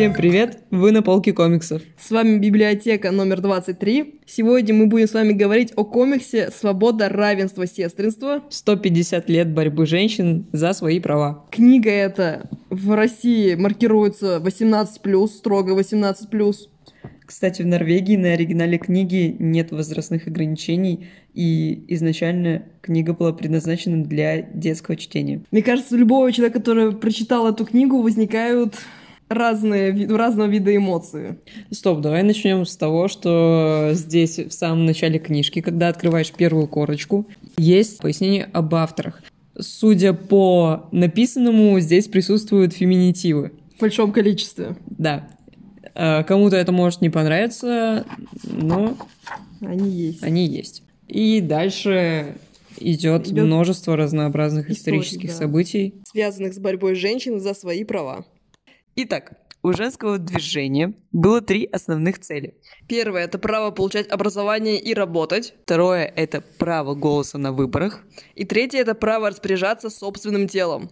Всем привет! Вы на полке комиксов. С вами библиотека номер 23. Сегодня мы будем с вами говорить о комиксе «Свобода, равенство, сестринство». 150 лет борьбы женщин за свои права. Книга эта в России маркируется 18+, строго 18+. Кстати, в Норвегии на оригинале книги нет возрастных ограничений, и изначально книга была предназначена для детского чтения. Мне кажется, у любого человека, который прочитал эту книгу, возникают разного вида эмоции. Стоп, давай начнем с того, что здесь в самом начале книжки, когда открываешь первую корочку, есть пояснение об авторах. Судя по написанному, здесь присутствуют феминитивы. В большом количестве. Да. Кому-то это может не понравиться, но они есть. Они есть. И дальше идет множество разнообразных исторических событий, связанных с борьбой женщин за свои права. Итак, у женского движения было 3 основных цели. Первое – это право получать образование и работать. Второе – это право голоса на выборах. И третье – это право распоряжаться собственным телом.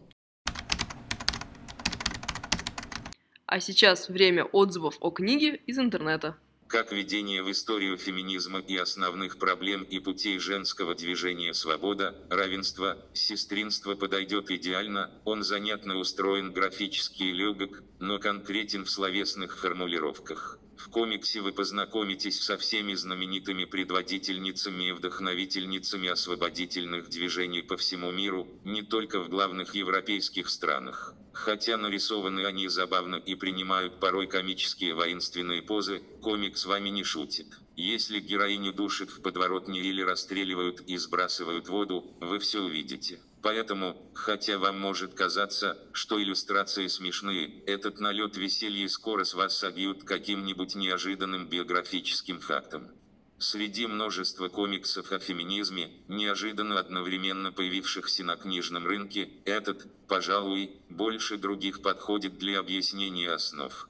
А сейчас время отзывов о книге из интернета. Как введение в историю феминизма и основных проблем и путей женского движения свобода, равенство, сестринство подойдет идеально, он занятно устроен графически и легок, но конкретен в словесных формулировках. В комиксе вы познакомитесь со всеми знаменитыми предводительницами и вдохновительницами освободительных движений по всему миру, не только в главных европейских странах. Хотя нарисованы они забавно и принимают порой комические воинственные позы, комик с вами не шутит. Если героиню душат в подворотне или расстреливают и сбрасывают в воду, вы все увидите. Поэтому, хотя вам может казаться, что иллюстрации смешные, этот налет веселья скоро с вас собьют каким-нибудь неожиданным биографическим фактом. Среди множества комиксов о феминизме, неожиданно одновременно появившихся на книжном рынке, этот, пожалуй, больше других подходит для объяснения основ.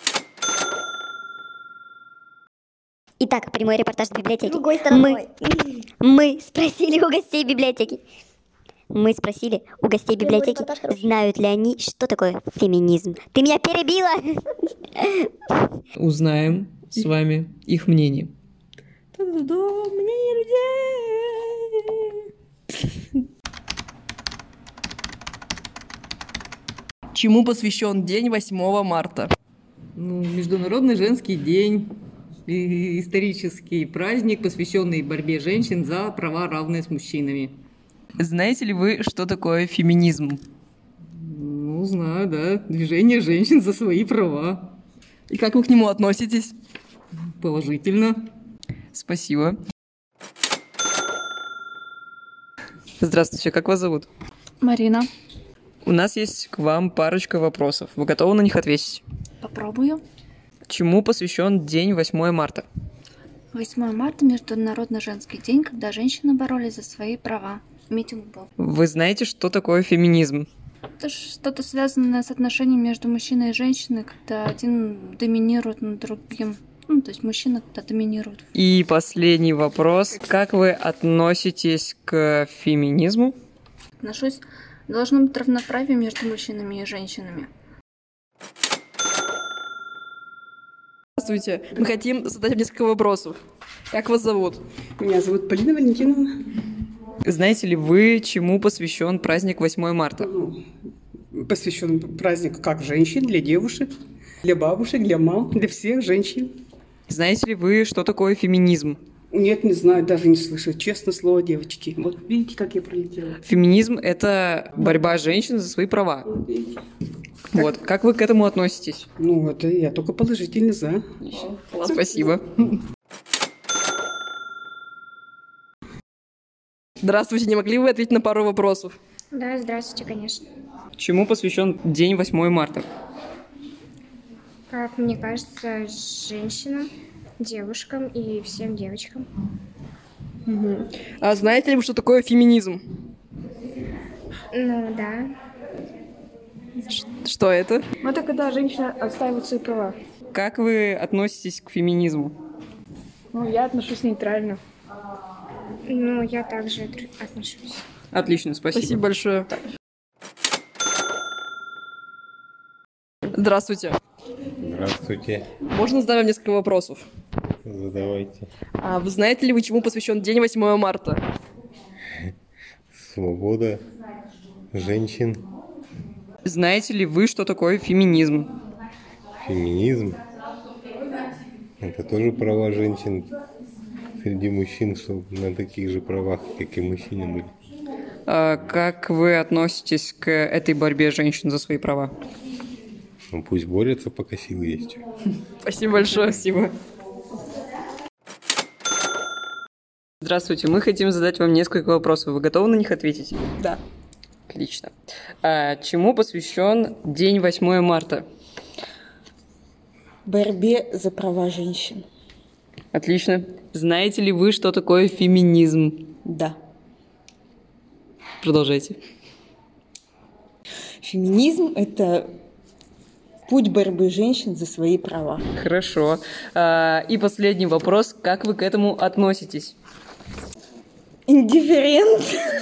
Итак, прямой репортаж с библиотеки. Другой стороной. Мы спросили у гостей библиотеки. Знают ли они, что такое феминизм. Ты меня перебила! Узнаем с вами их мнение. Мнение людей. Чему посвящен день 8 марта? Международный женский день. Исторический праздник, посвященный борьбе женщин за права, равные с мужчинами. Знаете ли вы, что такое феминизм? Знаю, да. Движение женщин за свои права. И как вы к нему относитесь? Положительно. Спасибо. Здравствуйте, как вас зовут? Марина. У нас есть к вам парочка вопросов. Вы готовы на них ответить? Попробую. Чему посвящен день 8 марта? 8 марта – Международный женский день, когда женщины боролись за свои права. Митинг был. Вы знаете, что такое феминизм? Это что-то связанное с отношением между мужчиной и женщиной, когда один доминирует над другим. То есть мужчина когда доминирует. И последний вопрос. Как вы относитесь к феминизму? Отношусь. Должно быть равноправие между мужчинами и женщинами. Здравствуйте. Мы хотим задать вам несколько вопросов. Как вас зовут? Меня зовут Полина Валентиновна. Знаете ли вы, чему посвящен праздник 8 марта? Посвящен празднику как женщин, для девушек, для бабушек, для мам, для всех женщин. Знаете ли вы, что такое феминизм? Нет, не знаю, даже не слышу. Честное слово, девочки. Вот видите, как я пролетела. Феминизм – это борьба женщин за свои права. Вот. Как вы к этому относитесь? Это я только положительно за. Спасибо. Здравствуйте, не могли бы вы ответить на пару вопросов? Да, здравствуйте, конечно. Чему посвящен день 8 марта? Как мне кажется, женщинам, девушкам и всем девочкам. А знаете ли вы, что такое феминизм? Да. Что это? Это когда женщина отстаивает свои права. Как вы относитесь к феминизму? Я отношусь нейтрально. Я также отношусь. Отлично, спасибо. Спасибо большое. Здравствуйте. Здравствуйте. Можно задать вам несколько вопросов? Задавайте. А вы знаете ли вы, чему посвящен день 8 марта? Свобода женщин. Знаете ли вы, что такое феминизм? Феминизм. Это тоже права женщин среди мужчин, чтобы на таких же правах, как и мужчины были. А как вы относитесь к этой борьбе женщин за свои права? Ну, пусть борются, пока силы есть. Спасибо большое. Спасибо. Здравствуйте, мы хотим задать вам несколько вопросов. Вы готовы на них ответить? Да. Отлично. Чему посвящен день 8 марта? Борьбе за права женщин. Отлично. Знаете ли вы, что такое феминизм? Да. Продолжайте. Феминизм – это путь борьбы женщин за свои права. Хорошо. И последний вопрос. Как вы к этому относитесь? Индифферент.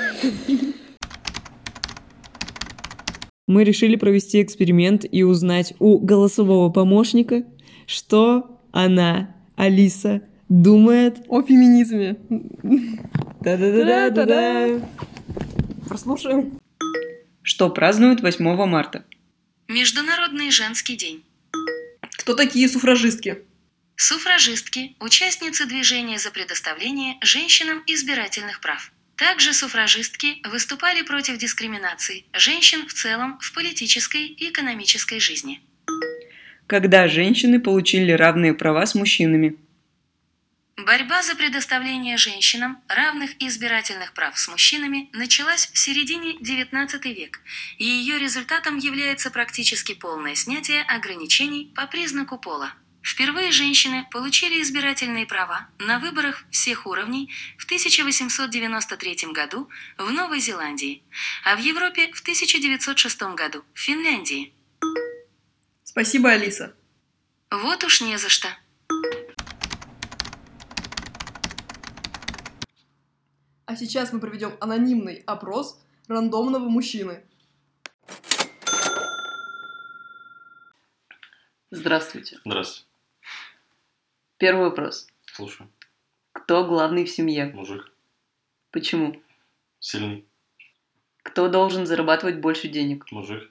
Мы решили провести эксперимент и узнать у голосового помощника, что она, Алиса, думает о феминизме. Да-да-да-да-да. Прослушаем. Что празднуют 8 марта? Международный женский день. Кто такие суфражистки? Суфражистки – участницы движения за предоставление женщинам избирательных прав. Также суфражистки выступали против дискриминации женщин в целом в политической и экономической жизни. Когда женщины получили равные права с мужчинами? Борьба за предоставление женщинам равных избирательных прав с мужчинами началась в середине XIX века, и ее результатом является практически полное снятие ограничений по признаку пола. Впервые женщины получили избирательные права на выборах всех уровней в 1893 году в Новой Зеландии, а в Европе в 1906 году в Финляндии. Спасибо, Алиса. Вот уж не за что. А сейчас мы проведем анонимный опрос рандомного мужчины. Здравствуйте. Здравствуйте. Первый вопрос. Слушаю. Кто главный в семье? Мужик. Почему? Сильный. Кто должен зарабатывать больше денег? Мужик.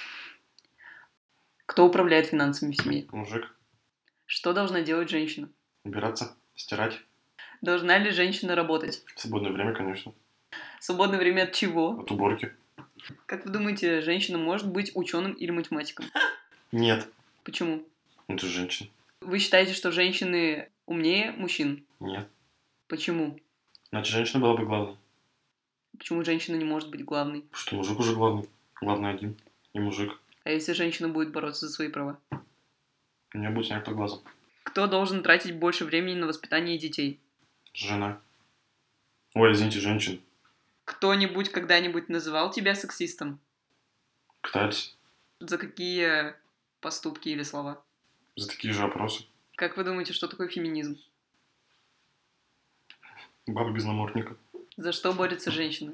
Кто управляет финансами в семье? Мужик. Что должна делать женщина? Убираться, стирать. Должна ли женщина работать? В свободное время, конечно. Свободное время от чего? От уборки. Как вы думаете, женщина может быть ученым или математиком? Нет. Почему? Это же женщина. Вы считаете, что женщины умнее мужчин? Нет. Почему? Значит, женщина была бы главной. Почему женщина не может быть главной? Потому что мужик уже главный. Главный один. И мужик. А если женщина будет бороться за свои права? У меня будет снять под глазом. Кто должен тратить больше времени на воспитание детей? Жена. Ой, извините, женщина. Кто-нибудь когда-нибудь называл тебя сексистом? Пытались. За какие поступки или слова? За такие же опросы. Как вы думаете, что такое феминизм? Баба без намордника. За что борется женщина?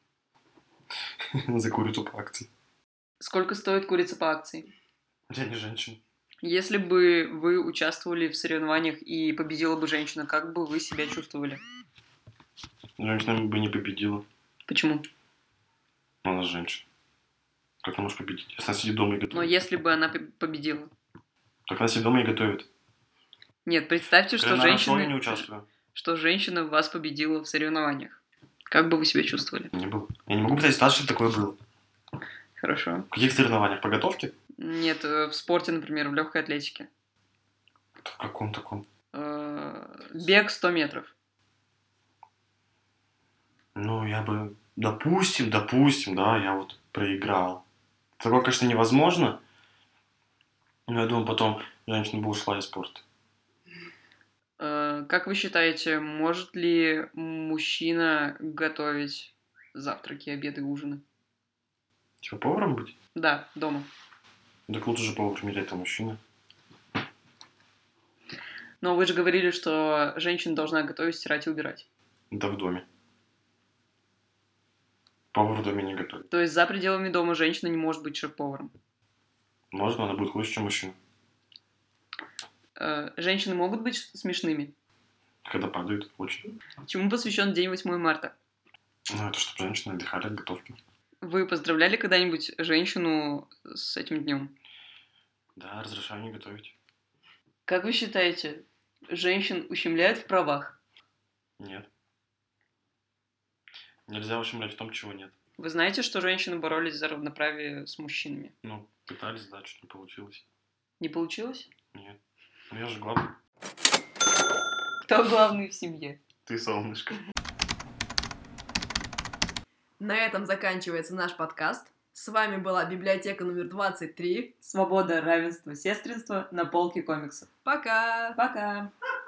За курицу по акции. Сколько стоит курица по акции? Я не женщина. Если бы вы участвовали в соревнованиях и победила бы женщина, как бы вы себя чувствовали? Женщина бы не победила. Почему? Она женщина. Как она может победить? Если она сидит дома и готовит. Но если бы она победила? Так она сидит дома и готовит. Нет, представьте, что женщина... не участвую. Что женщина вас победила в соревнованиях. Как бы вы себя чувствовали? Не было. Я не могу представить, что такое было. Хорошо. В каких соревнованиях? По готовке? Нет, в спорте, например, в легкой атлетике. В каком таком? Бег 100 метров. Ну, я бы... Допустим, да, я вот проиграл. Такое, конечно, невозможно. Но я думаю, потом женщина бы ушла из спорта. Как вы считаете, может ли мужчина готовить завтраки, обеды, ужины? Типа поваром быть? Да, дома. Так лучше же повар в мире это мужчина. Но вы же говорили, что женщина должна готовить, стирать и убирать. Да в доме. Повар в доме не готовит. То есть за пределами дома женщина не может быть шеф-поваром? Можно, она будет лучше, чем мужчина. Женщины могут быть смешными? Когда падают, очень. Чему посвящен День 8 марта? Ну, это чтобы женщины отдыхали от готовки. Вы поздравляли когда-нибудь женщину с этим днем? Да, разрешаю не готовить. Как вы считаете, женщин ущемляют в правах? Нет. Нельзя ущемлять в том, чего нет. Вы знаете, что женщины боролись за равноправие с мужчинами? Ну, пытались, да, что-то не получилось. Не получилось? Нет. Ну, я же главный. Кто главный в семье? Ты, солнышко. На этом заканчивается наш подкаст. С вами была библиотека номер 23. Свобода, равенство, сестринство на полке комиксов. Пока! Пока!